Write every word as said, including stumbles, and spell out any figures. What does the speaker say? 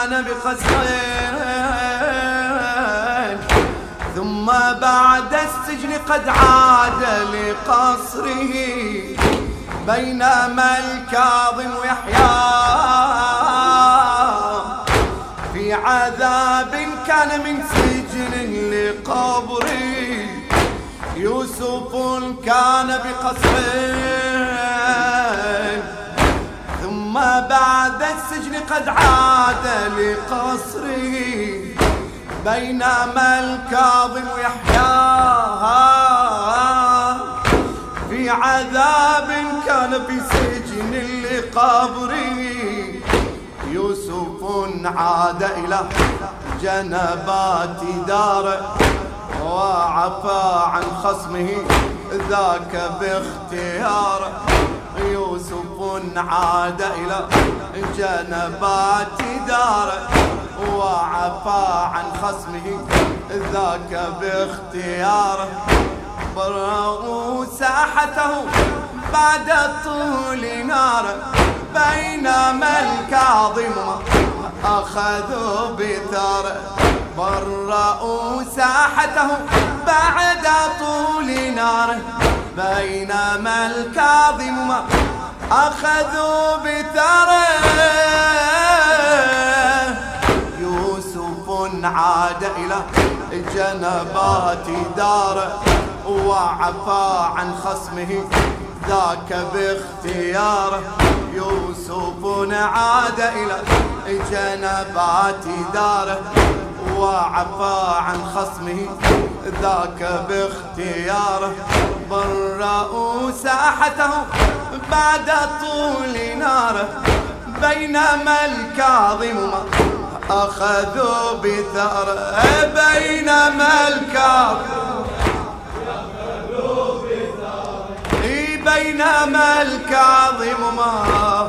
كان بقصرين، ثم بعد السجن قد عاد لقصره، بينما الكاظم يحيى في عذاب كان من سجن لقبره. يوسف كان بقصرين، ثم بعد السجن قد عاد لقصره، بينما الكاظم يحيى في عذاب كان في سجن لقبره. يوسف عاد إلى جنبات داره، وعفى عن خصمه ذاك باختياره. يوسف عاد إلى جنبات داره، وعفى عن خصمه ذاك باختياره. برأوا ساحته بعد طول ناره، بينما الكاظم أخذوا بثاره. برأوا ساحته بعد طول ناره، بينما الكاظم أخذوا بثاره. يوسف عاد إلى جنبات داره، وعفى عن خصمه ذاك باختياره. يوسف عاد إلى جنبات داره، وعفى عن خصمه ذاك باختياره. برأوا ساحته بعد طول ناره، بينما الكاظم أخذوا بثاره. بينما الكاظم بينما الكاظم ما